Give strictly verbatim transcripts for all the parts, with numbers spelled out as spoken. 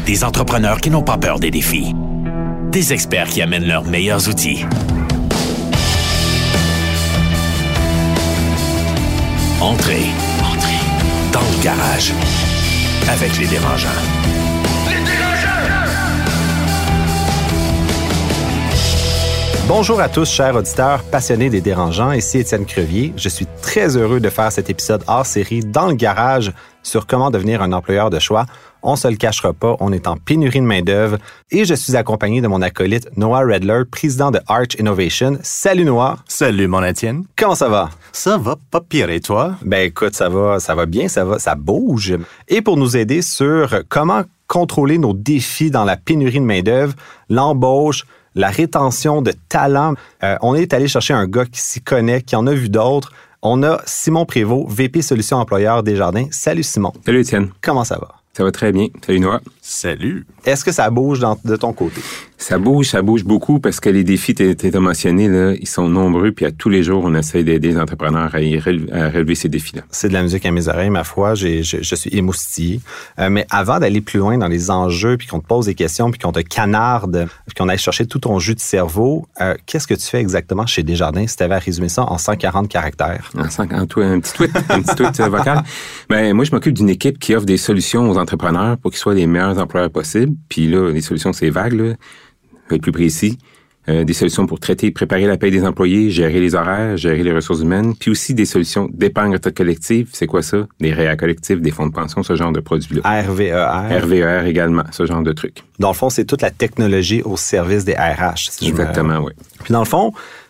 Des entrepreneurs qui n'ont pas peur des défis. Des experts qui amènent leurs meilleurs outils. Entrez. Entrez. Dans le garage. Avec les dérangeants. Les dérangeants! Bonjour à tous, chers auditeurs passionnés des dérangeants. Ici Étienne Crevier. Je suis très heureux de faire cet épisode hors série dans le garage sur comment devenir un employeur de choix. On se le cachera pas, on est en pénurie de main-d'œuvre et je suis accompagné de mon acolyte Noah Redler, président de Arch Innovation. Salut Noah. Salut mon Étienne. Comment ça va? Ça va pas pire et toi? Ben écoute, ça va, ça va bien, ça va, ça bouge. Et pour nous aider sur comment contrôler nos défis dans la pénurie de main-d'œuvre, l'embauche, la rétention de talent, euh, on est allé chercher un gars qui s'y connaît, qui en a vu d'autres. On a Simon Prévost, V P Solutions Employeurs Desjardins. Salut Simon. Salut Étienne. Comment ça va? Ça va très bien. Salut Noah. Salut. Est-ce que ça bouge dans, de ton côté? Ça bouge, ça bouge beaucoup parce que les défis que tu as mentionnés, là, ils sont nombreux. Puis à tous les jours, on essaie d'aider les entrepreneurs à, y relever, à relever ces défis-là. C'est de la musique à mes oreilles, ma foi. J'ai, je, je suis émoustillé. Euh, mais avant d'aller plus loin dans les enjeux, puis qu'on te pose des questions, puis qu'on te canarde, puis qu'on aille chercher tout ton jus de cerveau, euh, qu'est-ce que tu fais exactement chez Desjardins si tu avais à résumer ça en cent quarante caractères? En cent quarante, un petit tweet, un petit tweet vocal. Ben, moi, je m'occupe d'une équipe qui offre des solutions aux entrepreneurs pour qu'ils soient les meilleurs employeurs possibles. Puis là, les solutions, c'est vague, là. Je vais être plus précis. Euh, des solutions pour traiter, préparer la paie des employés, gérer les horaires, gérer les ressources humaines, puis aussi des solutions d'épargne retraite collective. C'est quoi ça? Des réa collectifs, des fonds de pension, ce genre de produits-là. R V E R. R V E R également, ce genre de trucs. Dans le fond, c'est toute la technologie au service des R H. Si Exactement, me... oui. Puis dans le fond,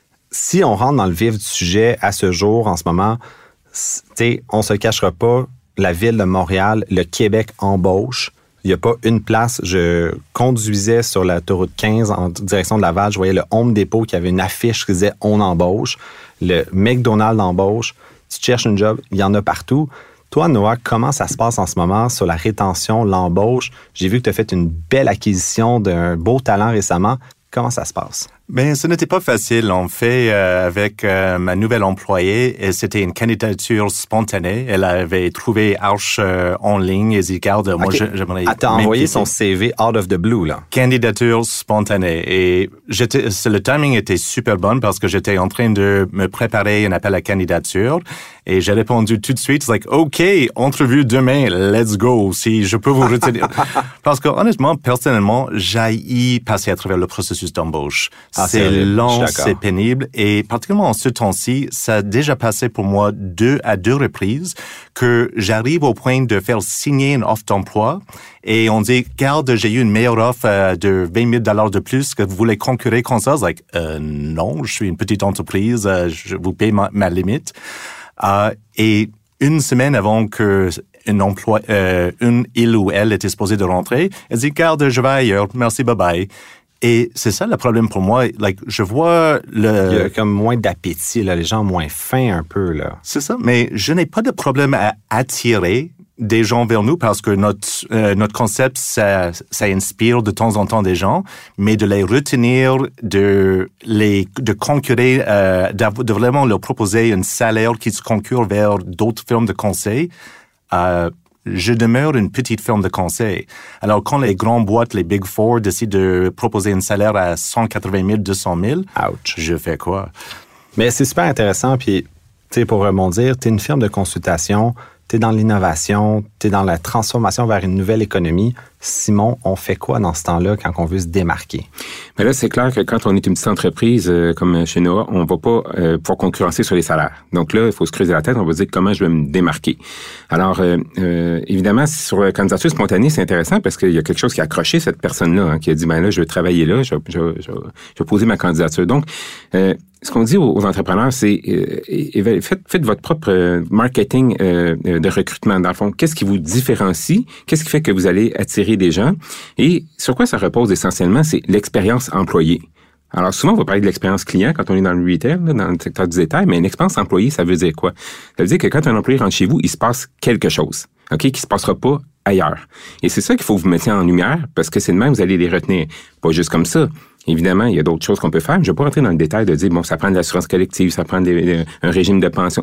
si on rentre dans le vif du sujet à ce jour, en ce moment, tu sais, on se cachera pas, la ville de Montréal, le Québec embauche. Il n'y a pas une place. Je conduisais sur l'autoroute quinze en direction de Laval. Je voyais le Home Depot qui avait une affiche qui disait « On embauche ». Le McDonald's embauche. Tu cherches une job, il y en a partout. Toi, Noah, comment ça se passe en ce moment sur la rétention, l'embauche? J'ai vu que tu as fait une belle acquisition d'un beau talent récemment. Comment ça se passe? Bien, ce n'était pas facile. En fait, euh, avec euh, ma nouvelle employée, et c'était une candidature spontanée. Elle avait trouvé Arch euh, en ligne et dit, regarde, okay. moi, j'aimerais... Elle t'a envoyé son C V out of the blue, là. Candidature spontanée. Et j'étais, le timing était super bon parce que j'étais en train de me préparer un appel à candidature. Et j'ai répondu tout de suite, c'est like, OK, entrevue demain, let's go, si je peux vous retenir. Parce que honnêtement, personnellement, j'ai passer à travers le processus d'embauche. Ah, c'est, c'est long, c'est pénible. Et particulièrement en ce temps-ci, ça a déjà passé pour moi deux à deux reprises que j'arrive au point de faire signer une offre d'emploi et on dit, regarde, j'ai eu une meilleure offre euh, de vingt mille dollars de plus que vous voulez concurrer comme ça. C'est like, euh, non, je suis une petite entreprise, euh, je vous paye ma, ma limite. Euh, et une semaine avant que une emploi, euh, une il ou elle était supposée de rentrer, elle dit, regarde, je vais ailleurs, merci, bye bye. Et c'est ça le problème pour moi. Like, je vois le... Il y a comme moins d'appétit, là, les gens ont moins faim un peu, là. C'est ça, mais je n'ai pas de problème à attirer des gens vers nous parce que notre euh, notre concept, ça, ça inspire de temps en temps des gens, mais de les retenir, de les de concurrer, euh, de vraiment leur proposer un salaire qui se concure vers d'autres firmes de conseil, euh, je demeure une petite firme de conseil. Alors, quand les grandes boîtes, les Big Four, décident de proposer un salaire à cent quatre-vingt mille, deux cent mille, ouch, je fais quoi? Mais c'est super intéressant, puis, tu sais, pour rebondir, tu es une firme de consultation, tu es dans l'innovation, tu es dans la transformation vers une nouvelle économie. Simon, on fait quoi dans ce temps-là quand on veut se démarquer? Mais là, c'est clair que quand on est une petite entreprise euh, comme chez Noah, on va pas euh, pouvoir concurrencer sur les salaires. Donc là, il faut se creuser la tête, on va se dire comment je vais me démarquer. Alors, euh, euh, évidemment, sur la candidature spontanée, c'est intéressant parce qu'il y a quelque chose qui a accroché cette personne-là, hein, qui a dit, ben là, je vais travailler là, je, je, je, je vais poser ma candidature. Donc, euh, ce qu'on dit aux, aux entrepreneurs, c'est euh, faites, faites votre propre marketing euh, de recrutement. Dans le fond, qu'est-ce qui vous différencie? Qu'est-ce qui fait que vous allez attirer des gens? Et sur quoi ça repose essentiellement? C'est l'expérience employée. Alors, souvent, on va parler de l'expérience client quand on est dans le retail, là, dans le secteur du détail, mais une expérience employée, ça veut dire quoi? Ça veut dire que quand un employé rentre chez vous, il se passe quelque chose, OK, qui se passera pas ailleurs. Et c'est ça qu'il faut que vous mettiez en lumière, parce que c'est de même, vous allez les retenir. Pas juste comme ça. Évidemment, il y a d'autres choses qu'on peut faire. Je ne vais pas rentrer dans le détail de dire, bon, ça prend de l'assurance collective, ça prend des, un régime de pension.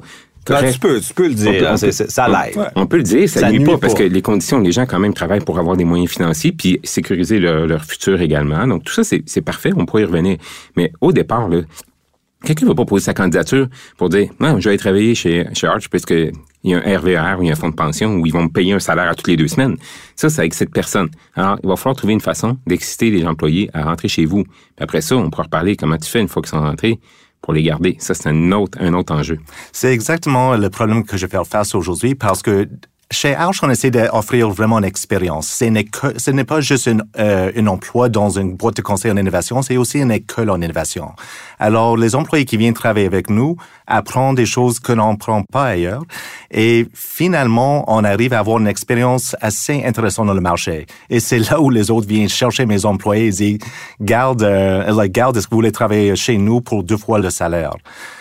Ben, tu peux, tu peux le dire, peut, hein, peut, c'est, ça l'aide. On, on peut le dire, ça, ça nuit nuit pas, pas parce que les conditions, les gens quand même travaillent pour avoir des moyens financiers puis sécuriser leur, leur futur également. Donc tout ça, c'est, c'est parfait, on pourrait y revenir. Mais au départ, là, quelqu'un ne va pas poser sa candidature pour dire « Non, je vais aller travailler chez, chez Arch parce qu'il y a un R V E R ou il y a un fonds de pension où ils vont me payer un salaire à toutes les deux semaines. » Ça, ça excite personne. Alors, il va falloir trouver une façon d'exciter les employés à rentrer chez vous. Puis après ça, on pourra reparler comment tu fais une fois qu'ils sont rentrés pour les garder. Ça, c'est un autre, un autre enjeu. C'est exactement le problème que je vais faire face aujourd'hui parce que chez Arch, on essaie d'offrir vraiment une expérience. Ce n'est, que, ce n'est pas juste une, euh, un emploi dans une boîte de conseil en innovation, c'est aussi une école en innovation. Alors, les employés qui viennent travailler avec nous apprennent des choses que l'on n'apprend pas ailleurs. Et finalement, on arrive à avoir une expérience assez intéressante dans le marché. Et c'est là où les autres viennent chercher mes employés et disent, garde, euh, like, garde, est-ce que vous voulez travailler chez nous pour deux fois le salaire?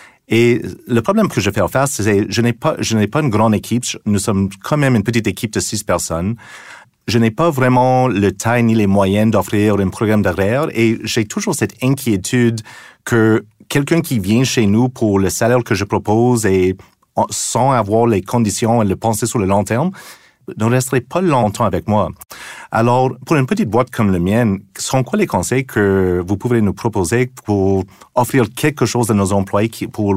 Et le problème que je fais face, c'est je n'ai pas, je n'ai pas une grande équipe. Nous sommes quand même une petite équipe de six personnes. Je n'ai pas vraiment le taille ni les moyens d'offrir un programme d'arrière et j'ai toujours cette inquiétude que quelqu'un qui vient chez nous pour le salaire que je propose et sans avoir les conditions et le penser sur le long terme, ne resterait pas longtemps avec moi. Alors, pour une petite boîte comme la mienne, sont quoi les conseils que vous pouvez nous proposer pour offrir quelque chose à nos employés qui, pour,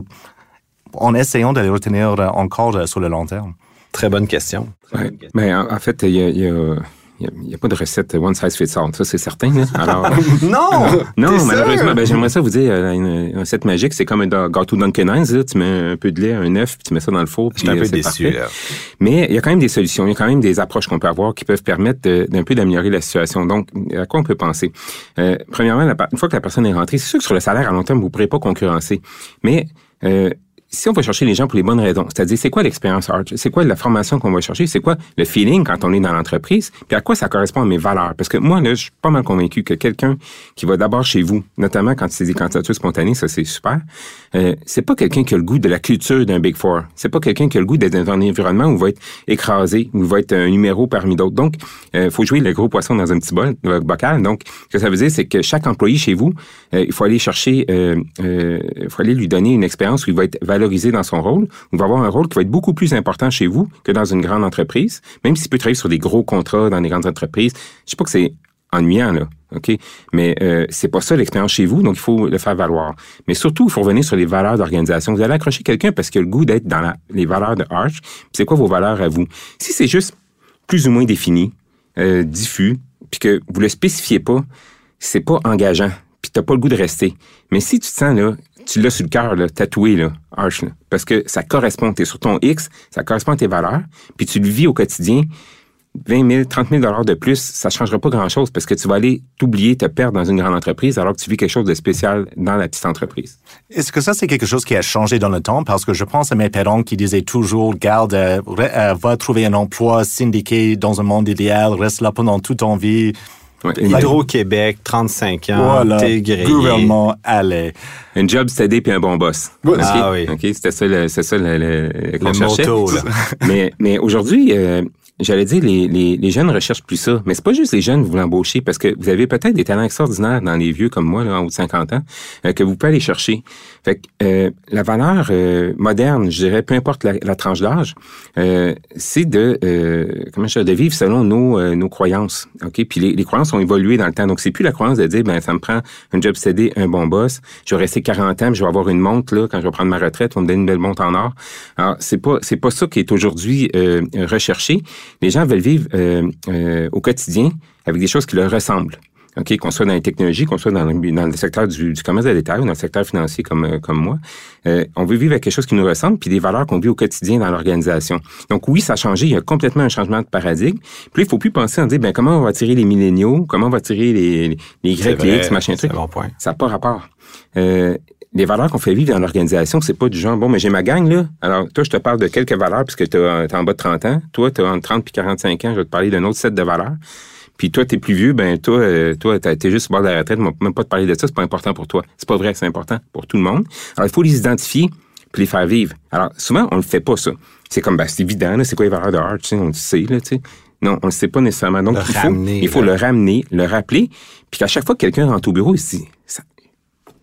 en essayant de les retenir encore sur le long terme? Très bonne question. Ouais. Mais en, en fait, il y a... Y a... Il n'y a, a pas de recette one size fits all, ça c'est certain. Là. Alors, non! Non, malheureusement, ben, j'aimerais ça vous dire, une, une recette magique, c'est comme un gâteau Dunkin' Hines, là, tu mets un peu de lait, un œuf, puis tu mets ça dans le four. Je suis un peu déçu. Là. Mais il y a quand même des solutions, il y a quand même des approches qu'on peut avoir qui peuvent permettre de, d'un peu d'améliorer la situation. Donc, à quoi on peut penser? Euh, premièrement, la, une fois que la personne est rentrée, c'est sûr que sur le salaire à long terme, vous ne pourrez pas concurrencer. Mais... Euh, si on va chercher les gens pour les bonnes raisons, c'est-à-dire c'est quoi l'expérience Arch, c'est quoi la formation qu'on va chercher, c'est quoi le feeling quand on est dans l'entreprise, puis à quoi ça correspond à mes valeurs. Parce que moi, là, je suis pas mal convaincu que quelqu'un qui va d'abord chez vous, notamment quand c'est des candidatures spontanées, ça c'est super, euh, c'est pas quelqu'un qui a le goût de la culture d'un Big Four. C'est pas quelqu'un qui a le goût d'être dans un environnement où il va être écrasé, où il va être un numéro parmi d'autres. Donc, il euh, faut jouer le gros poisson dans un petit bol, euh, bocal. Donc, ce que ça veut dire, c'est que chaque employé chez vous, euh, il faut aller chercher, euh, euh, il faut aller lui donner une expérience où il va être valorisé dans son rôle. Il va avoir un rôle qui va être beaucoup plus important chez vous que dans une grande entreprise, même s'il peut travailler sur des gros contrats dans des grandes entreprises. Je sais pas que c'est ennuyant, là, OK? Mais euh, c'est pas ça l'expérience chez vous, donc il faut le faire valoir. Mais surtout, il faut revenir sur les valeurs d'organisation. Vous allez accrocher quelqu'un parce qu'il a le goût d'être dans la, les valeurs de Arch. Puis c'est quoi vos valeurs à vous? Si c'est juste plus ou moins défini, euh, diffus, puis que vous le spécifiez pas, c'est pas engageant, puis t'as pas le goût de rester. Mais si tu te sens, là, tu l'as sur le cœur, là, tatoué, là, Arch, là, parce que ça correspond, t'es sur ton X, ça correspond à tes valeurs, puis tu le vis au quotidien, vingt mille, trente mille dollars de plus, ça ne changera pas grand-chose parce que tu vas aller t'oublier, te perdre dans une grande entreprise alors que tu vis quelque chose de spécial dans la petite entreprise. Est-ce que ça, c'est quelque chose qui a changé dans le temps? Parce que je pense à mes parents qui disaient toujours, garde, euh, euh, va trouver un emploi syndiqué dans un monde idéal, reste là pendant toute ton vie. Ouais. Hydro-Québec, trente-cinq ans, voilà. T'es grillé. Gouvernement, allez. Un job steady puis un bon boss. Oui. Okay? Ah oui. OK, c'était ça le, c'est ça le, le, qu'on le cherchait. motto, là. mais, mais aujourd'hui, euh, j'allais dire, les, les, les jeunes recherchent plus ça. Mais c'est pas juste les jeunes que vous voulez embaucher parce que vous avez peut-être des talents extraordinaires dans les vieux comme moi, là, en haut de cinquante ans, euh, que vous pouvez aller chercher. Fait que euh, la valeur euh, moderne, je dirais, peu importe la, la tranche d'âge, euh, c'est de euh, comment je dirais, de vivre selon nos, euh, nos croyances. OK? Puis les, les croyances ont évolué dans le temps. Donc, c'est plus la croyance de dire, ben ça me prend un job steady, un bon boss, je vais rester quarante ans, puis je vais avoir une montre, là, quand je vais prendre ma retraite, on me donne une belle montre en or. Alors, c'est pas, c'est pas ça qui est aujourd'hui euh, recherché. Les gens veulent vivre euh, euh, au quotidien avec des choses qui leur ressemblent. OK, qu'on soit dans les technologies, qu'on soit dans le, dans le secteur du, du commerce de détail ou dans le secteur financier comme, euh, comme moi, euh, on veut vivre avec quelque chose qui nous ressemble puis des valeurs qu'on vit au quotidien dans l'organisation. Donc oui, ça a changé, il y a complètement un changement de paradigme. Puis là, il faut plus penser en dire, ben comment on va attirer les milléniaux, comment on va attirer les, les, les Y, les X, machin truc. C'est bon point. Ça n'a pas rapport. Euh, les valeurs qu'on fait vivre dans l'organisation, c'est pas du genre, bon, mais j'ai ma gang, là. Alors, toi, je te parle de quelques valeurs puisque tu es en bas de trente ans. Toi, tu as entre trente et quarante-cinq ans, je vais te parler d'un autre set de valeurs. Puis toi, t'es plus vieux, ben toi, euh, toi, t'es juste au bord de la retraite, même pas te parler de ça, c'est pas important pour toi. C'est pas vrai que c'est important pour tout le monde. Alors, il faut les identifier puis les faire vivre. Alors, souvent, on le fait pas, ça. C'est comme, ben, c'est évident, là, c'est quoi les valeurs de Arch, tu sais, on le sait, là, tu sais. Non, on le sait pas nécessairement. Donc, le il faut, ramener, il faut là. le ramener, le rappeler, puis qu'à chaque fois que quelqu'un rentre au bureau, il se dit, ça,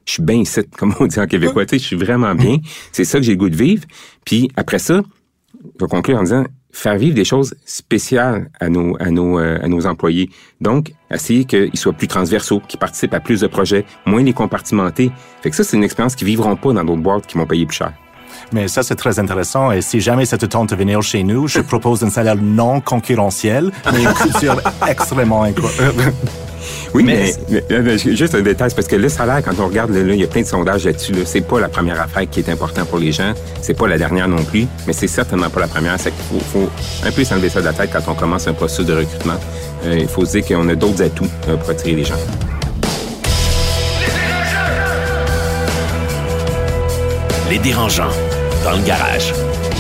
je suis bien ici, comme on dit en québécois, tu sais, je suis vraiment bien. C'est ça que j'ai le goût de vivre. Puis après ça, je vais conclure en disant, faire vivre des choses spéciales à nos, à nos, euh, à nos employés. Donc, essayer qu'ils soient plus transversaux, qu'ils participent à plus de projets, moins les compartimentés. Fait que ça, c'est une expérience qu'ils vivront pas dans d'autres boîtes qui vont payer plus cher. Mais ça, c'est très intéressant. Et si jamais ça te tente de venir chez nous, je propose un salaire non concurrentiel, mais une culture extrêmement incroyable. Oui, mais, mais, mais juste un détail, c'est parce que le salaire, quand on regarde, là, il y a plein de sondages là-dessus. Là, c'est pas la première affaire qui est importante pour les gens. C'est pas la dernière non plus, mais c'est certainement pas la première. C'est qu'il faut, faut un peu s'enlever ça de la tête quand on commence un processus de recrutement. Euh, il faut se dire qu'on a d'autres atouts euh, pour attirer les gens. Les dérangeants, dans le garage.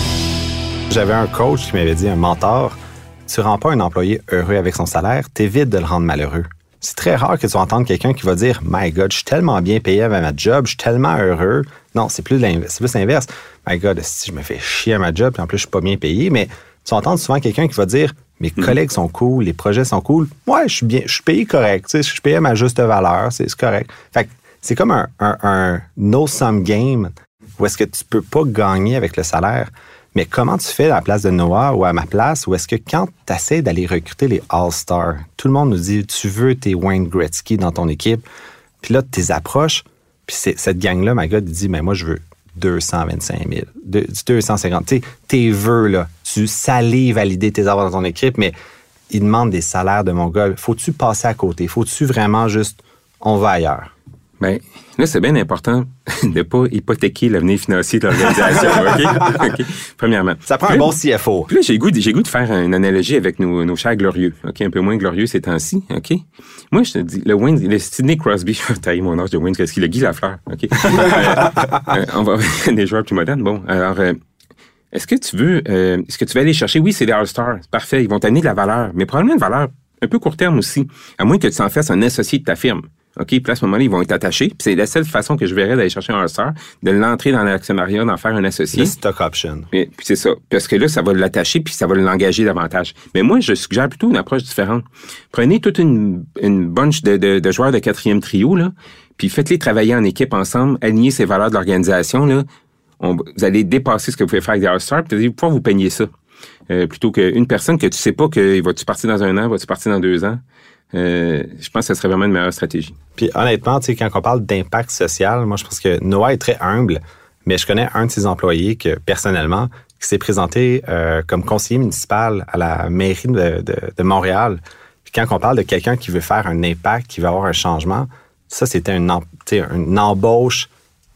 J'avais un coach qui m'avait dit, un mentor, tu rends pas un employé heureux avec son salaire, t'évites de le rendre malheureux. C'est très rare que tu entendes quelqu'un qui va dire « My God, je suis tellement bien payé avec ma job, je suis tellement heureux. » Non, c'est plus l'inverse. C'est plus l'inverse. « My God, si je me fais chier à ma job, puis en plus, je suis pas bien payé. » Mais tu entends souvent quelqu'un qui va dire « Mes mmh. collègues sont cool, les projets sont cool. Ouais, je suis bien, je suis payé correct. Tu sais, je suis payé à ma juste valeur, c'est, c'est correct. » Fait que c'est comme un, un, un no-sum game où est-ce que tu peux pas gagner avec le salaire. Mais comment tu fais à la place de Noah ou à ma place, où est-ce que quand tu essaies d'aller recruter les All-Stars, tout le monde nous dit, tu veux tes Wayne Gretzky dans ton équipe, puis là, tu les approches, puis c'est, cette gang-là, my God, il dit, mais moi, je veux deux cent vingt-cinq mille, deux cent cinquante. Tu sais, tes vœux, là, tu salives à l'idée de tes avoir dans ton équipe, mais ils demandent des salaires de mon gars. Faut-tu passer à côté? Faut-tu vraiment juste, on va ailleurs? Bien, là, c'est bien important de ne pas hypothéquer l'avenir financier de l'organisation, OK? OK? Premièrement. Ça prend puis un là, bon C F O. Puis là, j'ai goût, de, j'ai goût de faire une analogie avec nos, nos chers glorieux, OK? Un peu moins glorieux ces temps-ci, OK? Moi, je te dis, le Wayne, le Sidney Crosby, je vais tailler mon âge de Wayne Gretzky, le Guy Lafleur, OK? euh, euh, on va des joueurs plus modernes. Bon, alors, euh, est-ce que tu veux, euh, est-ce que tu veux aller chercher, oui, c'est des All-Stars, parfait, ils vont t'amener de la valeur, mais probablement une valeur un peu court terme aussi, à moins que tu t'en fasses un associé de ta firme. OK, puis à ce moment-là, ils vont être attachés. Puis c'est la seule façon que je verrais d'aller chercher un All-Star, de l'entrer dans l'actionnariat, d'en faire un associé. Le stock option. Et, puis c'est ça. Parce que là, ça va l'attacher, puis ça va l'engager davantage. Mais moi, je suggère plutôt une approche différente. Prenez toute une, une bunch de, de, de joueurs de quatrième trio, là, puis faites-les travailler en équipe ensemble, aligner ces valeurs de l'organisation, là. On, vous allez dépasser ce que vous pouvez faire avec des All-Stars, puis vous allez pouvoir vous peigner ça. Euh, plutôt qu'une personne que tu sais pas que va-tu partir dans un an, va-tu partir dans deux ans. Euh, je pense que ce serait vraiment une meilleure stratégie. Puis honnêtement, tu sais, quand on parle d'impact social, moi, je pense que Noah est très humble, mais je connais un de ses employés que, personnellement, qui s'est présenté euh, comme conseiller municipal à la mairie de, de, de Montréal. Puis quand on parle de quelqu'un qui veut faire un impact, qui veut avoir un changement, ça, c'était une, une embauche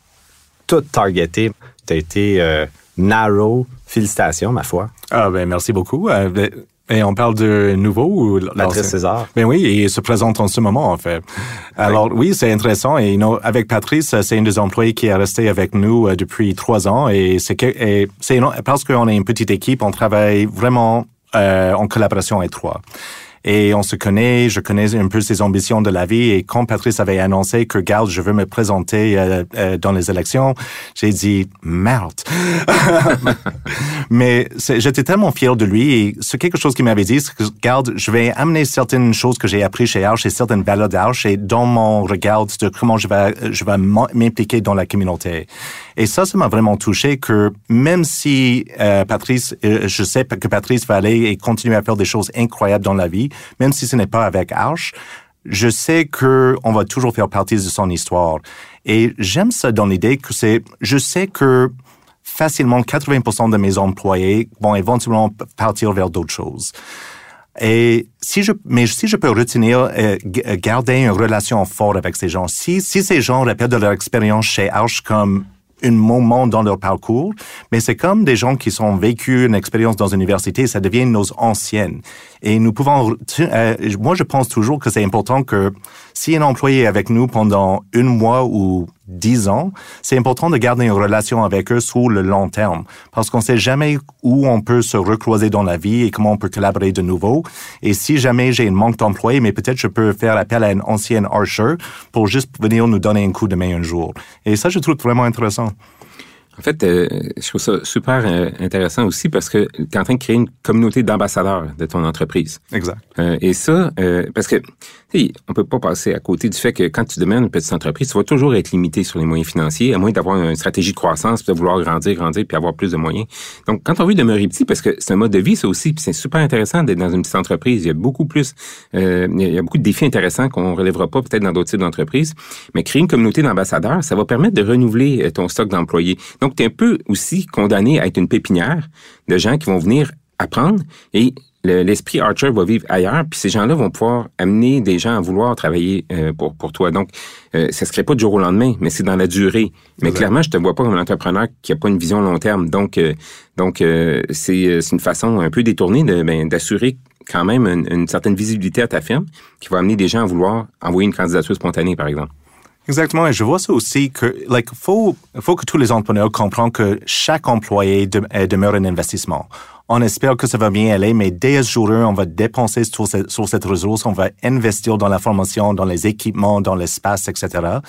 toute targetée. Tu as été euh, narrow. Félicitations, ma foi. Ah ben merci beaucoup. Euh, Et on parle de nouveau ou Patrice César. Ben oui, et il se présente en ce moment, en fait. Alors, oui, c'est intéressant. Et you know, avec Patrice, c'est un des employés qui est resté avec nous euh, depuis trois ans. Et c'est que, et c'est parce qu'on est une petite équipe, on travaille vraiment euh, en collaboration étroite. Et on se connaît, je connais un peu ses ambitions de la vie. Et quand Patrice avait annoncé que, regarde, je veux me présenter euh, euh, dans les élections, j'ai dit, merde. Mais c'est, j'étais tellement fier de lui. Et c'est quelque chose qu'il m'avait dit, c'est que, regarde, je vais amener certaines choses que j'ai apprises chez Arch et certaines valeurs d'Arch et dans mon regard de comment je vais, je vais m'impliquer dans la communauté. Et ça, ça m'a vraiment touché que même si euh, Patrice, euh, je sais que Patrice va aller et continuer à faire des choses incroyables dans la vie, même si ce n'est pas avec Arch, je sais que on va toujours faire partie de son histoire. Et j'aime ça dans l'idée que c'est, je sais que facilement quatre-vingts pour cent de mes employés vont éventuellement partir vers d'autres choses. Et si je, mais si je peux retenir, euh, garder une relation forte avec ces gens, si, si ces gens rappellent de leur expérience chez Arch comme un moment dans leur parcours, mais c'est comme des gens qui ont vécu une expérience dans l'université, ça devient nos anciennes. Et nous pouvons, euh, moi je pense toujours que c'est important que si un employé est avec nous pendant un mois ou dix ans, c'est important de garder une relation avec eux sur le long terme, parce qu'on sait jamais où on peut se recroiser dans la vie et comment on peut collaborer de nouveau. Et si jamais j'ai un manque d'employés, mais peut-être je peux faire appel à une ancienne Archer pour juste venir nous donner un coup de main un jour. Et ça, je trouve vraiment intéressant. En fait, euh, je trouve ça super euh, intéressant aussi parce que tu es en train de créer une communauté d'ambassadeurs de ton entreprise. Exact. Euh, et ça, euh, parce que, tu sais, on peut pas passer à côté du fait que quand tu demeures une petite entreprise, tu vas toujours être limité sur les moyens financiers, à moins d'avoir une stratégie de croissance, puis de vouloir grandir, grandir, puis avoir plus de moyens. Donc, quand on veut demeurer petit, parce que c'est un mode de vie, ça aussi, puis c'est super intéressant d'être dans une petite entreprise. Il y a beaucoup plus, euh, il y a beaucoup de défis intéressants qu'on relèvera pas peut-être dans d'autres types d'entreprises. Mais créer une communauté d'ambassadeurs, ça va permettre de renouveler ton stock d'employés. Donc, tu es un peu aussi condamné à être une pépinière de gens qui vont venir apprendre et le, l'esprit Archer va vivre ailleurs, puis ces gens-là vont pouvoir amener des gens à vouloir travailler euh, pour, pour toi. Donc, euh, ça ne se crée pas du jour au lendemain, mais c'est dans la durée. Mais exact. Clairement, je te vois pas comme un entrepreneur qui n'a pas une vision long terme. Donc, euh, donc euh, c'est, c'est une façon un peu détournée de, ben, d'assurer quand même une, une certaine visibilité à ta firme qui va amener des gens à vouloir envoyer une candidature spontanée, par exemple. Exactement. Et je vois ça aussi que, like, faut, faut que tous les entrepreneurs comprennent que chaque employé de, demeure un investissement. On espère que ça va bien aller, mais dès ce jour-là, on va dépenser sur cette, sur cette ressource, on va investir dans la formation, dans les équipements, dans l'espace, et cetera.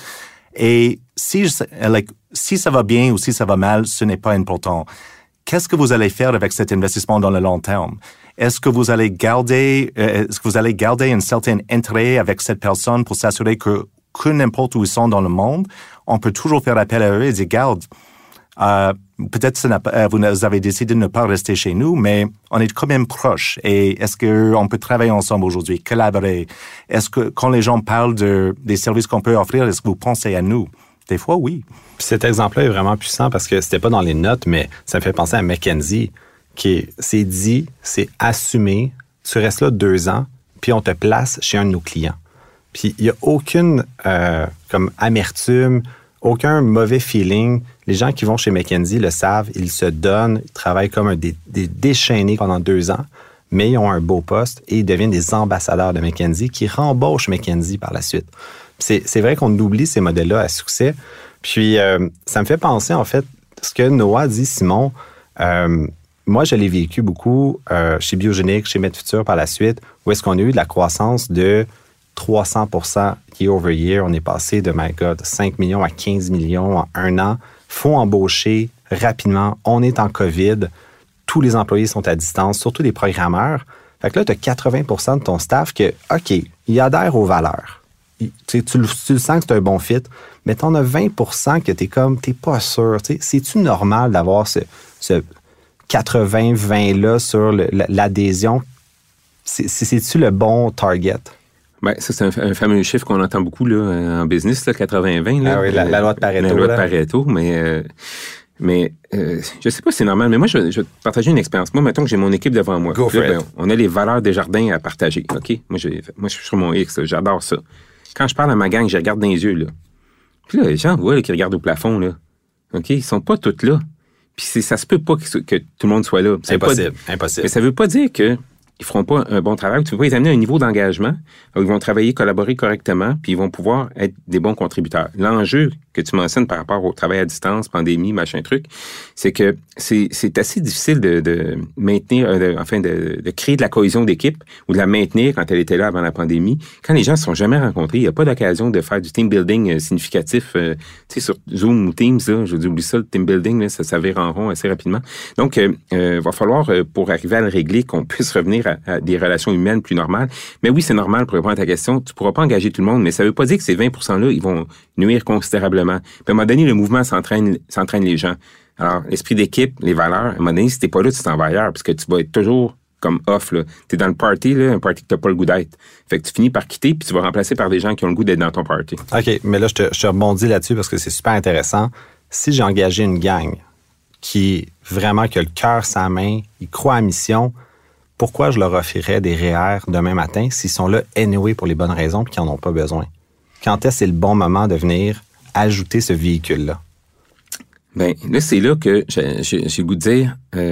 Et si, like, si ça va bien ou si ça va mal, ce n'est pas important. Qu'est-ce que vous allez faire avec cet investissement dans le long terme? Est-ce que vous allez garder, euh, est-ce que vous allez garder un certain intérêt avec cette personne pour s'assurer que que n'importe où ils sont dans le monde, on peut toujours faire appel à eux et dire, garde, euh, peut-être ça n'a pas, vous avez décidé de ne pas rester chez nous, mais on est quand même proches. Et est-ce qu'on peut travailler ensemble aujourd'hui, collaborer? Est-ce que quand les gens parlent de, des services qu'on peut offrir, est-ce que vous pensez à nous? Des fois, oui. Puis cet exemple-là est vraiment puissant parce que c'était pas dans les notes, mais ça me fait penser à McKinsey, qui est, c'est dit, c'est assumé, tu restes là deux ans, puis on te place chez un de nos clients. Puis il n'y a aucune euh, comme amertume, aucun mauvais feeling. Les gens qui vont chez McKinsey le savent, ils se donnent, ils travaillent comme un des, des déchaînés pendant deux ans, mais ils ont un beau poste et ils deviennent des ambassadeurs de McKinsey qui rembauchent McKinsey par la suite. C'est, c'est vrai qu'on oublie ces modèles-là à succès. Puis euh, ça me fait penser en fait, ce que Noah dit, Simon, euh, moi je l'ai vécu beaucoup euh, chez Biogénique, chez MedFuture par la suite, où est-ce qu'on a eu de la croissance de trois cents pour cent year over year. On est passé de, my God, cinq millions à quinze millions en un an. Il faut embaucher rapidement. On est en COVID. Tous les employés sont à distance, surtout les programmeurs. Fait que là, tu as quatre-vingts pour cent de ton staff que, OK, il adhère aux valeurs. Il, tu, tu, tu le sens que c'est un bon fit, mais tu en as vingt pour cent que tu es comme, tu n'es pas sûr. T'sais, c'est-tu normal d'avoir ce, ce quatre-vingts vingt-là sur le, l'adhésion? C'est, c'est-tu le bon target? Ben, ça, c'est un, un fameux chiffre qu'on entend beaucoup là, en business, là, quatre-vingts vingt. Là, ah oui, la, la loi de Pareto. La loi là. de Pareto, mais, euh, mais euh, je sais pas si c'est normal, mais moi, je, je vais te partager une expérience. Moi, mettons que j'ai mon équipe devant moi. Go for là, it. ben, on a les valeurs des jardins à partager, OK? Moi, j'ai, moi je suis sur mon X, là, j'adore ça. Quand je parle à ma gang, je regarde dans les yeux, là. Puis là, les gens voient là, qui regardent au plafond, là. OK? Ils sont pas tous là. Puis c'est, ça se peut pas que, que tout le monde soit là. Ça impossible, pas, impossible. Mais ça veut pas dire que ils feront pas un bon travail. Tu peux pas les amener à un niveau d'engagement où ils vont travailler, collaborer correctement, puis ils vont pouvoir être des bons contributeurs. L'enjeu que tu mentionnes par rapport au travail à distance, pandémie, machin truc, c'est que c'est, c'est assez difficile de, de maintenir, de, enfin, de, de créer de la cohésion d'équipe ou de la maintenir quand elle était là avant la pandémie. Quand les gens se sont jamais rencontrés, il n'y a pas d'occasion de faire du team building euh, significatif. Euh, tu sais, sur Zoom ou Teams, là, je dis, oublie ça, le team building, là, ça s'avère en rond assez rapidement. Donc, il euh, euh, va falloir, euh, pour arriver à le régler, qu'on puisse revenir à, à des relations humaines plus normales. Mais oui, c'est normal, pour répondre à ta question, tu pourras pas engager tout le monde, mais ça veut pas dire que ces vingt pour cent-là, ils vont nuire considérablement. Puis à un moment donné, le mouvement s'entraîne, s'entraîne les gens. Alors, l'esprit d'équipe, les valeurs, à un moment donné, si t'es pas là, tu t'en vas ailleurs, parce que tu vas être toujours comme off, là. T'es dans le party, là, un party que t'as pas le goût d'être. Fait que tu finis par quitter, puis tu vas remplacer par des gens qui ont le goût d'être dans ton party. OK, mais là, je te, je te rebondis là-dessus parce que c'est super intéressant. Si j'ai engagé une gang qui, vraiment, qui a le cœur sa main, ils croient à la mission, pourquoi je leur offrirais des R E E R demain matin s'ils sont là anyway pour les bonnes raisons et qu'ils n'en ont pas besoin? Quand est-ce que c'est le bon moment de venir ajouter ce véhicule-là? Bien, là, c'est là que j'ai, j'ai, j'ai le goût de dire, euh,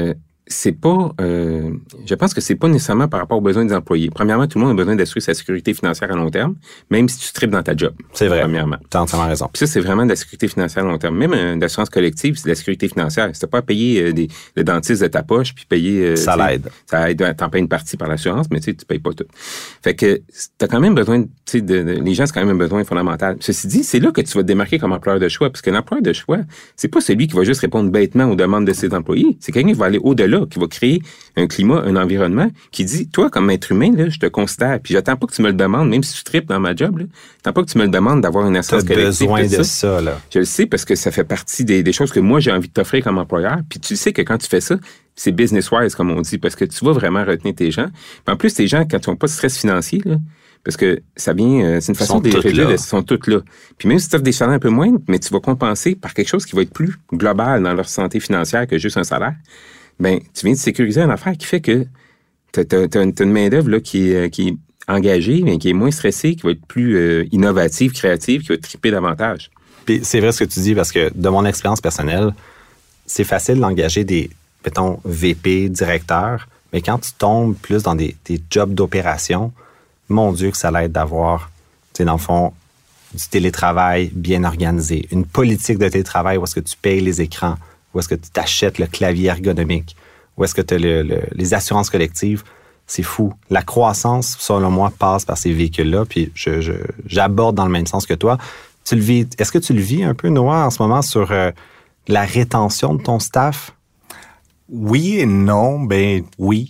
c'est pas, euh, je pense que c'est pas nécessairement par rapport aux besoins des employés. Premièrement, tout le monde a besoin d'assurer sa sécurité financière à long terme, même si tu tripes dans ta job. C'est vrai. Premièrement. T'as entièrement raison. Puis ça, c'est vraiment de la sécurité financière à long terme. Même une assurance collective, c'est de la sécurité financière. Si t'as pas à payer euh, des, le dentiste de ta poche, puis payer... Euh, ça l'aide. Ça aide. T'en payes une partie par l'assurance, mais tu sais, tu payes pas tout. Fait que t'as quand même besoin, tu sais, de, de, les gens, c'est quand même un besoin fondamental. Ceci dit, c'est là que tu vas te démarquer comme employeur de choix, parce que l'employeur de choix, c'est pas celui qui va juste répondre bêtement aux demandes de ses employés. C'est quelqu'un qui va aller au-delà, qui va créer un climat, un environnement qui dit, toi, comme être humain, là, je te considère, puis j'attends pas que tu me le demandes, même si tu tripes dans ma job, là, j'attends pas que tu me le demandes d'avoir une assurance collective. T'as besoin de ça, là. Je le sais parce que ça fait partie des, des choses que moi, j'ai envie de t'offrir comme employeur, puis tu sais que quand tu fais ça, c'est business-wise, comme on dit, parce que tu vas vraiment retenir tes gens. Puis en plus, tes gens, quand ils n'ont pas de stress financier, là, parce que ça vient, c'est une façon de les réduire, ils sont toutes là. Puis même si tu offres des salaires un peu moindres, mais tu vas compenser par quelque chose qui va être plus global dans leur santé financière que juste un salaire, ben tu viens de sécuriser une affaire qui fait que tu as une main-d'œuvre là, qui, est, qui est engagée, mais qui est moins stressée, qui va être plus euh, innovative, créative, qui va triper davantage. Puis c'est vrai ce que tu dis, parce que de mon expérience personnelle, c'est facile d'engager des, mettons, V P, directeurs, mais quand tu tombes plus dans des, des jobs d'opération, mon Dieu que ça l'aide d'avoir, tu sais, dans le fond, du télétravail bien organisé, une politique de télétravail où est-ce que tu payes les écrans, où est-ce que tu t'achètes le clavier ergonomique, où est-ce que tu as le, le, les assurances collectives. C'est fou. La croissance, selon moi, passe par ces véhicules-là, puis je, je, j'aborde dans le même sens que toi. Tu le vis, est-ce que tu le vis un peu, Noah, en ce moment, sur euh, la rétention de ton staff? Oui et non, ben oui.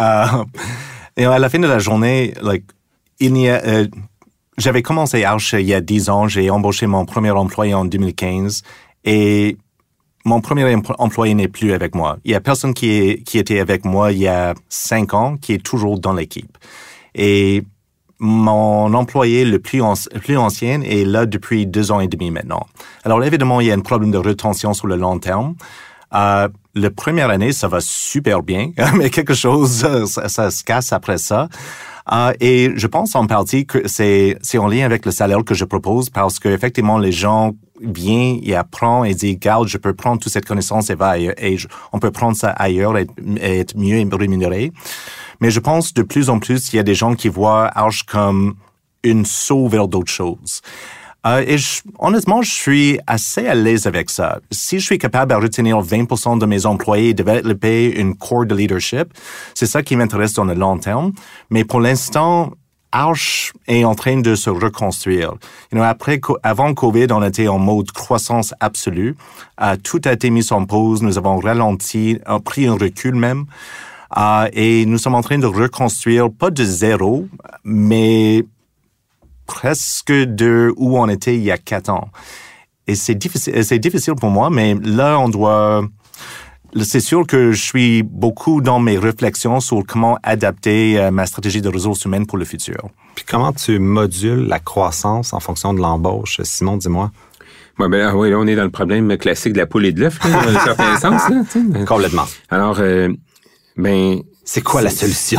Et à la fin de la journée, like, il y a, euh, j'avais commencé Arch il y a dix ans, j'ai embauché mon premier employé en deux mille quinze et mon premier employé n'est plus avec moi. Il y a personne qui, est, qui était avec moi il y a cinq ans qui est toujours dans l'équipe. Et mon employé le plus, anci- le plus ancien est là depuis deux ans et demi maintenant. Alors évidemment, il y a un problème de rétention sur le long terme. Euh, la première année, ça va super bien, mais quelque chose, ça, ça se casse après ça. Euh, et je pense en partie que c'est, c'est en lien avec le salaire que je propose parce que effectivement les gens viennent et apprennent et disent, regarde, je peux prendre toute cette connaissance et va ailleurs, et je, on peut prendre ça ailleurs et, et être mieux rémunéré. Mais je pense de plus en plus, il y a des gens qui voient Arch comme une saut vers d'autres choses. Euh, et je, honnêtement, je suis assez à l'aise avec ça. Si je suis capable de retenir vingt pour cent de mes employés et de développer une core de leadership, c'est ça qui m'intéresse dans le long terme. Mais pour l'instant, Arch est en train de se reconstruire. You know, après, avant COVID, on était en mode croissance absolue. Euh, tout a été mis en pause. Nous avons ralenti, pris un recul même. Euh, et nous sommes en train de reconstruire, pas de zéro, mais presque de où on était il y a quatre ans. Et c'est difficile, c'est difficile pour moi, mais là, on doit... C'est sûr que je suis beaucoup dans mes réflexions sur comment adapter euh, ma stratégie de ressources humaines pour le futur. Puis comment tu modules la croissance en fonction de l'embauche? Simon, dis-moi. Bon, ben, oui, là, on est dans le problème classique de la poule et de l'œuf, là, dans un certain sens. Là, tu sais. Complètement. Alors, euh, ben... C'est quoi la solution?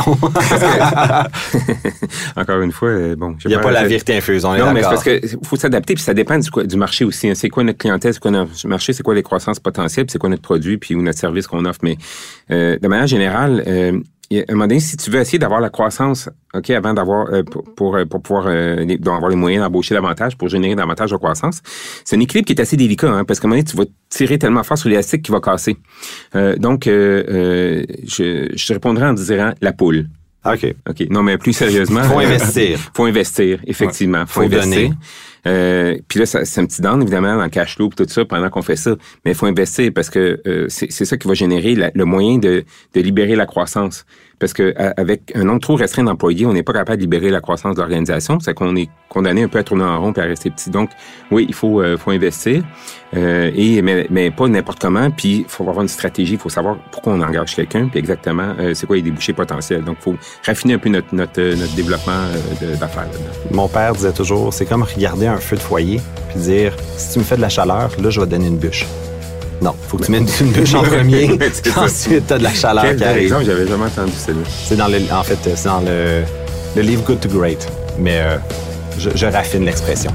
Encore une fois, euh, bon... Il n'y a pas la vérité infuse, on est non, d'accord. mais c'est parce qu'il faut s'adapter, puis ça dépend du, du marché aussi. Hein. C'est quoi notre clientèle, c'est quoi notre marché, c'est quoi les croissances potentielles, puis c'est quoi notre produit, puis ou notre service qu'on offre. Mais euh, de manière générale, euh, à un moment donné, si tu veux essayer d'avoir la croissance, OK, avant d'avoir, euh, pour, pour, pour pouvoir euh, les, avoir les moyens d'embaucher davantage, pour générer davantage de croissance, c'est un équilibre qui est assez délicat, hein, parce qu'à un moment donné, tu vas tirer tellement fort sur l'élastique qui va casser. Euh, donc, euh, euh, je, je répondrai en disant la poule. OK. OK. Non, mais plus sérieusement. Faut investir. Faut investir, effectivement. Ouais. Faut, faut investir. Donner. Euh, puis là, ça, c'est un petit down, évidemment, dans le cash flow et tout ça, pendant qu'on fait ça. Mais il faut investir parce que euh, c'est, c'est ça qui va générer la, le moyen de, de libérer la croissance. Parce que avec un nombre trop restreint d'employés, on n'est pas capable de libérer la croissance de l'organisation. C'est qu'on est condamné un peu à tourner en rond et à rester petit. Donc, oui, il faut, euh, faut investir, euh, et mais, mais pas n'importe comment. Puis, il faut avoir une stratégie. Il faut savoir pourquoi on engage quelqu'un, puis exactement euh, c'est quoi les débouchés potentiels. Donc, il faut raffiner un peu notre, notre, notre développement euh, de, d'affaires. Mon père disait toujours, c'est comme regarder un feu de foyer puis dire, si tu me fais de la chaleur, là, je vais te donner une bûche. Non, faut que tu mettes une bûche en premier, ensuite t'as de la chaleur Quelle qui arrive. exemple, j'avais jamais entendu celle-là. C'est dans le, en fait, c'est dans le, le livre Good to Great, mais euh, je, je raffine l'expression.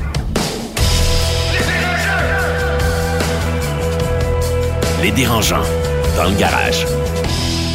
Les dérangeants, dans le garage.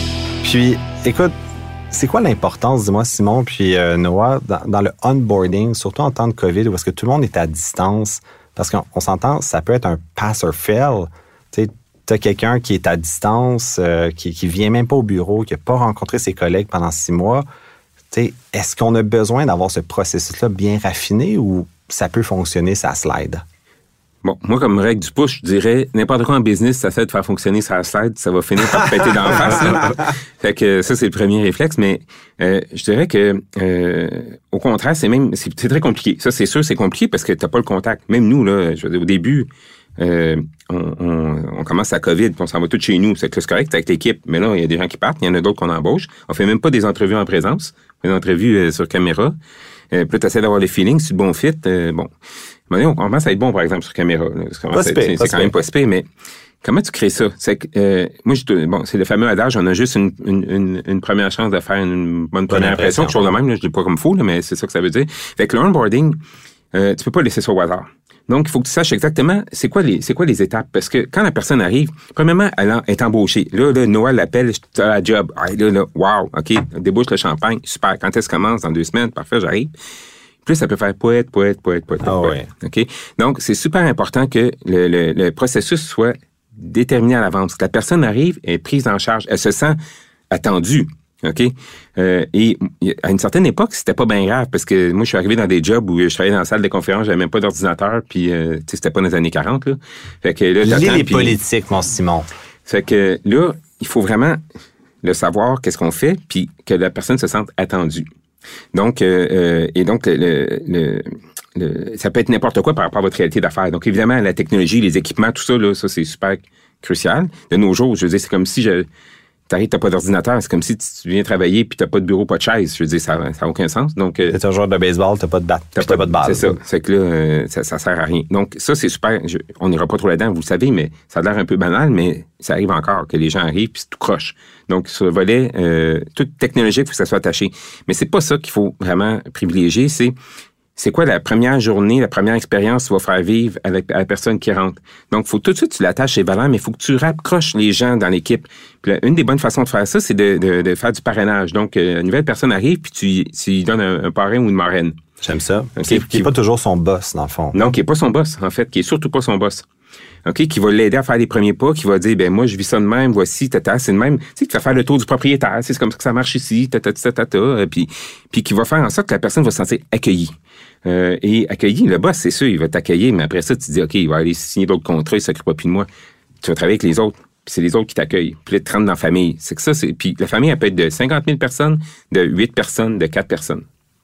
Puis, écoute, c'est quoi l'importance, dis-moi, Simon, puis euh, Noah, dans, dans le onboarding, surtout en temps de COVID, où est-ce que tout le monde est à distance? Parce qu'on on s'entend, ça peut être un pass or fail. Tu sais, t'as quelqu'un qui est à distance, euh, qui, qui vient même pas au bureau, qui n'a pas rencontré ses collègues pendant six mois. Tu sais, est-ce qu'on a besoin d'avoir ce processus-là bien raffiné ou ça peut fonctionner, ça slide? Bon, moi, comme règle du push, je dirais, n'importe quoi en business, ça fait de faire fonctionner ça slide, ça va finir par péter dans la face. Là. Fait que ça, c'est le premier réflexe. Mais euh, je dirais que, euh, au contraire, c'est même, c'est, c'est très compliqué. Ça, c'est sûr, c'est compliqué parce que t'as pas le contact. Même nous, là, je veux dire, au début, euh, on, on, on commence à COVID, puis on s'en va tous chez nous. C'est que c'est correct, c'est avec l'équipe. Mais là, il y a des gens qui partent, il y en a d'autres qu'on embauche. On fait même pas des entrevues en présence, des entrevues euh, sur caméra. Euh, puis là, t'essaies d'avoir le feeling, c'est le bon fit. Euh, bon. On commence à être bon, par exemple, sur caméra. Là. C'est, pas c'est, spé, c'est, pas c'est quand même pas spé, mais comment tu crées ça? C'est que, euh, moi, je, bon, c'est le fameux adage, on a juste une, une, une, une première chance de faire une bonne première impression, quelque chose de même, là, je dis pas comme fou, là, mais c'est ça que ça veut dire. Fait que le onboarding, euh, tu peux pas laisser ça au hasard. Donc, il faut que tu saches exactement c'est quoi les, c'est quoi les étapes. Parce que quand la personne arrive, premièrement, elle est embauchée. Là, là, Noël l'appelle, tu as la job. Ah, là, là, wow, OK, débouche le champagne, super. Quand est-ce qu'elle commence? Dans deux semaines, parfait, j'arrive. Plus, ça peut faire poète, poète, poète, poète, ah poète. Ouais. OK? Donc, c'est super important que le, le, le processus soit déterminé à l'avance. Que la personne arrive, elle est prise en charge, elle se sent attendue. OK? Euh, et à une certaine époque, c'était pas bien grave parce que moi, je suis arrivé dans des jobs où je travaillais dans la salle de conférence, j'avais même pas d'ordinateur, puis euh, tu sais, c'était pas dans les années quarante, là. Fait que là, t'attends, les puis, politiques, mon Simon. Fait que là, il faut vraiment le savoir, qu'est-ce qu'on fait, puis que la personne se sente attendue. Donc, euh, euh, et donc, le, le, le, ça peut être n'importe quoi par rapport à votre réalité d'affaires. Donc, évidemment, la technologie, les équipements, tout ça, là, ça, c'est super crucial. De nos jours, je veux dire, c'est comme si je, t'arrives, t'as pas d'ordinateur, c'est comme si tu viens travailler puis t'as pas de bureau, pas de chaise. Je veux dire, ça, ça a aucun sens. Donc, euh, t'es un joueur de baseball, t'as pas de batte, t'as, t'as pas, pas de balle. C'est ça. C'est que là, euh, ça, ça sert à rien. Donc, ça, c'est super. Je, on n'ira pas trop là-dedans, vous le savez, mais ça a l'air un peu banal, mais ça arrive encore que les gens arrivent puis c'est tout croche. Donc, sur le volet, euh, tout technologique, il faut que ça soit attaché. Mais c'est pas ça qu'il faut vraiment privilégier, c'est c'est quoi la première journée, la première expérience que tu vas faire vivre avec à la personne qui rentre. Donc, il faut tout de suite que tu l'attaches ses valeurs, mais il faut que tu raccroches les gens dans l'équipe. Puis là, une des bonnes façons de faire ça, c'est de, de, de faire du parrainage. Donc, euh, une nouvelle personne arrive, puis tu, tu lui donnes un, un parrain ou une marraine. J'aime ça. Okay, qui n'est pas toujours son boss, dans le fond. Non, qui n'est pas son boss, en fait, qui est surtout pas son boss. OK, qui va l'aider à faire les premiers pas, qui va dire, ben moi, je vis ça de même, voici, tata, c'est de même. Tu sais, qui va faire le tour du propriétaire, c'est comme ça que ça marche ici, tata, tata, tata, puis, puis qui va faire en sorte que la personne va se sentir accueillie. Euh, et accueilli, le boss, c'est sûr, il va t'accueillir, mais après ça, tu te dis, OK, il va aller signer d'autres contrats, il ne s'occupera plus de moi. Tu vas travailler avec les autres, puis c'est les autres qui t'accueillent. Puis là, tu rentres dans la famille. C'est que ça, c'est. Puis la famille, elle peut être de cinquante mille personnes, de huit personnes, de quatre personnes.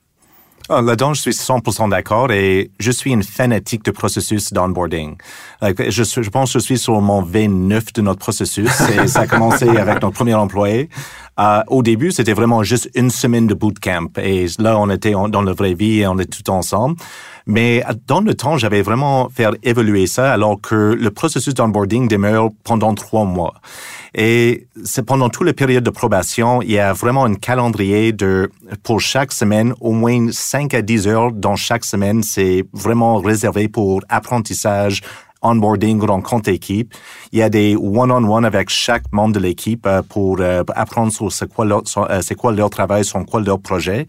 Ah, là-dedans, je suis cent pour cent d'accord et je suis une fanatique de processus d'onboarding. Je, je pense que je suis sur mon V neuf de notre processus et ça a commencé avec notre premier employé. Euh, au début, c'était vraiment juste une semaine de bootcamp et là, on était en, dans la vraie vie et on est tout ensemble. Mais dans le temps, j'avais vraiment fait évoluer ça alors que le processus d'onboarding demeure pendant trois mois. Et c'est pendant toute la période de probation, il y a vraiment un calendrier de, pour chaque semaine, au moins cinq à dix heures dans chaque semaine. C'est vraiment réservé pour apprentissage, onboarding, rencontre d'équipe. Il y a des one-on-one avec chaque membre de l'équipe pour apprendre sur c'est quoi leur, c'est quoi leur travail, sur quoi leur projet.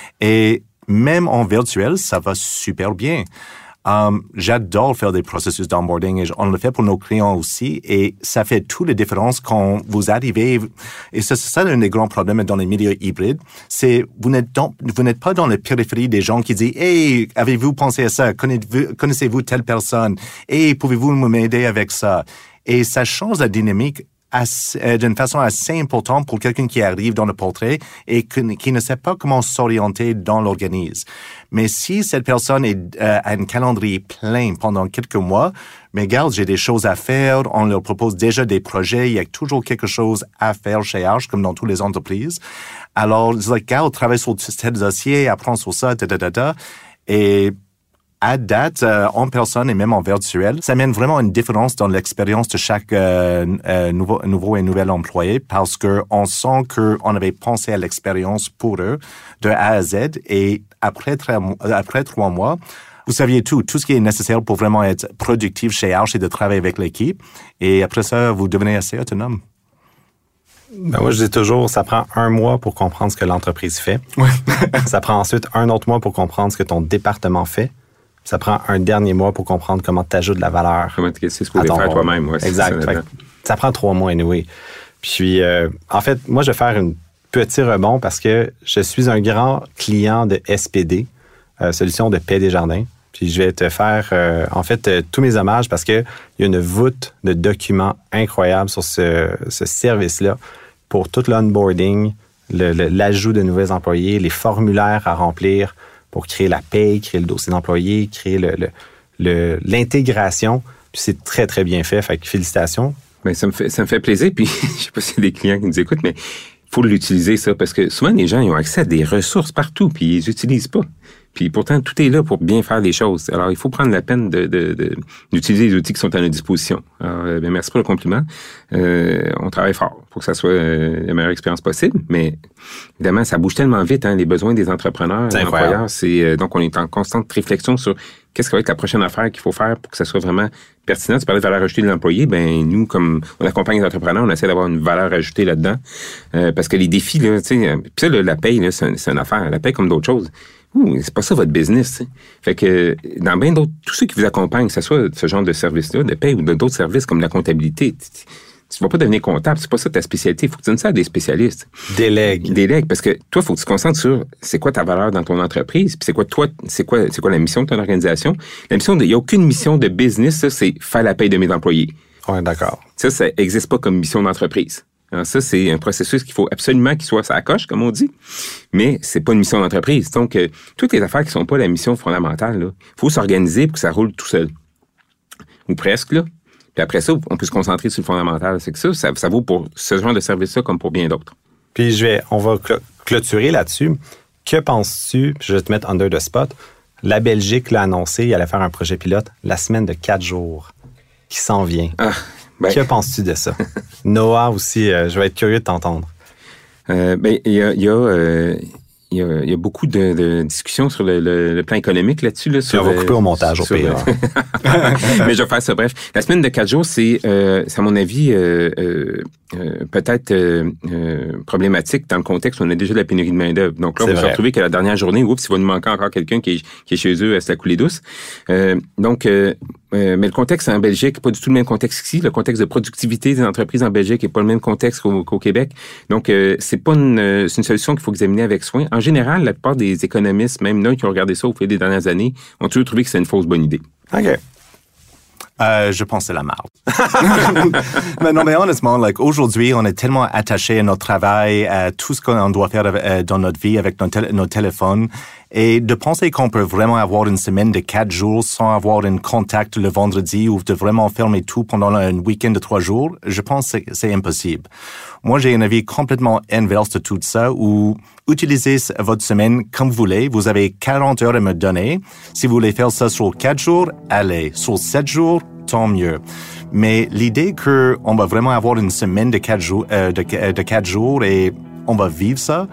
Et même en virtuel, ça va super bien. Um, j'adore faire des processus d'onboarding et on le fait pour nos clients aussi et ça fait toute la différence quand vous arrivez et c'est ça l'un des grands problèmes dans les milieux hybrides, c'est vous n'êtes dans, vous n'êtes pas dans la périphérie des gens qui disent « Hey, avez-vous pensé à ça? Connaissez-vous, connaissez-vous telle personne? Hey, pouvez-vous m'aider avec ça? » Et ça change la dynamique Assez, d'une façon assez importante pour quelqu'un qui arrive dans le portrait et que, qui ne sait pas comment s'orienter dans l'organisme. Mais si cette personne est, euh, a un calendrier plein pendant quelques mois, mais regarde, j'ai des choses à faire, on leur propose déjà des projets, il y a toujours quelque chose à faire chez Arch, comme dans toutes les entreprises. Alors, regarde, travaille sur tel dossier, apprends sur ça, da, da, da, da. Et à date, euh, en personne et même en virtuel, ça mène vraiment une différence dans l'expérience de chaque euh, euh, nouveau, nouveau et nouvel employé parce que on sent qu'on avait pensé à l'expérience pour eux de A à Z et après, après trois mois, vous saviez tout, tout ce qui est nécessaire pour vraiment être productif chez Arch et de travailler avec l'équipe. Et après ça, vous devenez assez autonome. Ben moi, je dis toujours, ça prend un mois pour comprendre ce que l'entreprise fait. Ouais. Ça prend ensuite un autre mois pour comprendre ce que ton département fait. Ça prend un dernier mois pour comprendre comment tu ajoutes de la valeur. Comment tu es supposé faire toi-même. Ouais, exact. Ça, ça, ça prend trois mois, anyway. Puis, euh, en fait, moi, je vais faire un petit rebond parce que je suis un grand client de S P D, euh, Solutions de paix des jardins. Puis, je vais te faire, euh, en fait, euh, tous mes hommages parce qu'il y a une voûte de documents incroyable sur ce, ce service-là pour tout l'onboarding, le, le, l'ajout de nouveaux employés, les formulaires à remplir pour créer la paye, créer le dossier d'employé, créer le, le, le, l'intégration. Puis c'est très, très bien fait. Fait que félicitations. Bien, ça me fait, ça me fait plaisir. Puis je sais pas s'il y a des clients qui nous écoutent, mais il faut l'utiliser, ça, parce que souvent, les gens ils ont accès à des ressources partout, puis ils les utilisent pas. Puis pourtant, tout est là pour bien faire les choses. Alors, il faut prendre la peine de, de, de, d'utiliser les outils qui sont à notre disposition. Alors, bien, merci pour le compliment. Euh, on travaille fort pour que ça soit euh, la meilleure expérience possible, mais évidemment, ça bouge tellement vite, hein, les besoins des entrepreneurs, des employeurs. C'est, euh, donc, on est en constante réflexion sur qu'est-ce qui va être la prochaine affaire qu'il faut faire pour que ça soit vraiment pertinent. Tu parlais de valeur ajoutée de l'employé. Ben nous, comme on accompagne les entrepreneurs, on essaie d'avoir une valeur ajoutée là-dedans. Euh, parce que les défis, là, tu sais, puis ça, là, la paye, là, c'est, c'est une affaire. La paye comme d'autres choses. Ouh, c'est pas ça votre business. T'sais. Fait que dans bien d'autres, tous ceux qui vous accompagnent, que ce soit ce genre de service-là, de paye ou d'autres services comme la comptabilité, tu vas pas devenir comptable, c'est pas ça ta spécialité. Il faut que tu donnes ça à des spécialistes. Délègue. Délègue, parce que toi, il faut que tu te concentres sur c'est quoi ta valeur dans ton entreprise, puis c'est quoi toi, c'est quoi, c'est quoi la mission de ton organisation. La mission, il n'y a aucune mission de business, ça, c'est faire la paye de mes employés. Oui, d'accord. Ça, ça n'existe pas comme mission d'entreprise. Alors ça, c'est un processus qu'il faut absolument qu'il soit à la coche, comme on dit, mais c'est pas une mission d'entreprise. Donc, euh, toutes les affaires qui sont pas la mission fondamentale, il faut s'organiser pour que ça roule tout seul. Ou presque, là. Puis après ça, on peut se concentrer sur le fondamental. C'est que ça, ça, ça vaut pour ce genre de service-là comme pour bien d'autres. Puis je vais, on va clôturer là-dessus. Que penses-tu, je vais te mettre under the spot, la Belgique l'a annoncé, il allait faire un projet pilote la semaine de quatre jours qui s'en vient. Ah, ben. Que penses-tu de ça? Noah aussi, euh, je vais être curieux de t'entendre. Euh, ben, il y a... Y a euh... Il y, a, il y a beaucoup de, de discussions sur le, le, le plan économique là-dessus. Là, sur, on va couper au montage au pire. Mais je vais faire ça. Bref, la semaine de quatre jours, c'est, euh, c'est à mon avis, euh, euh, euh, peut-être euh, euh, problématique dans le contexte où on a déjà de la pénurie de main-d'œuvre. Donc là, on va se retrouver qu'à la dernière journée, oups, il va nous manquer encore quelqu'un qui est, qui est chez eux à se la couler douce. Euh, donc, euh, euh, mais le contexte en Belgique n'est pas du tout le même contexte qu'ici. Le contexte de productivité des entreprises en Belgique n'est pas le même contexte qu'au, qu'au Québec. Donc, euh, c'est pas une, c'est une solution qu'il faut examiner avec soin. En général, la plupart des économistes, même nous qui ont regardé ça au fil des dernières années, ont toujours trouvé que c'est une fausse bonne idée. OK. Euh, je pense que c'est la marde. mais non, mais honnêtement, like, aujourd'hui, on est tellement attaché à notre travail, à tout ce qu'on doit faire euh, dans notre vie avec nos, tél- nos téléphones. Et de penser qu'on peut vraiment avoir une semaine de quatre jours sans avoir un contact le vendredi ou de vraiment fermer tout pendant un week-end de trois jours, je pense que c'est, c'est impossible. Moi, j'ai un avis complètement inverse de tout ça où utilisez votre semaine comme vous voulez. Vous avez quarante heures à me donner. Si vous voulez faire ça sur quatre jours, allez. Sur sept jours, tant mieux. Mais l'idée qu'on va vraiment avoir une semaine de quatre jours, euh, de, de quatre jours et on va vivre ça,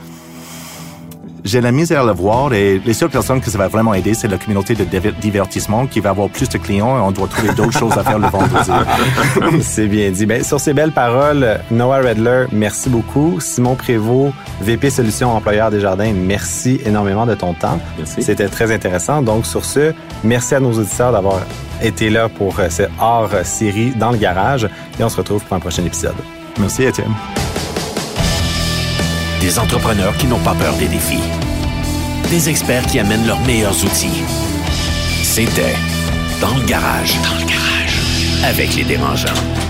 j'ai la misère à le voir et les seules personnes que ça va vraiment aider, c'est la communauté de divertissement qui va avoir plus de clients et on doit trouver d'autres choses à faire le vendredi. C'est bien dit. Bien, sur ces belles paroles, Noah Redler, merci beaucoup. Simon Prévost, V P Solutions Employeurs Desjardins, merci énormément de ton temps. Merci. C'était très intéressant. Donc, sur ce, merci à nos auditeurs d'avoir été là pour ce hors-série dans le garage et on se retrouve pour un prochain épisode. Merci, Étienne. Des entrepreneurs qui n'ont pas peur des défis. Des experts qui amènent leurs meilleurs outils. C'était Dans le garage. Dans le garage. Avec les dérangeants.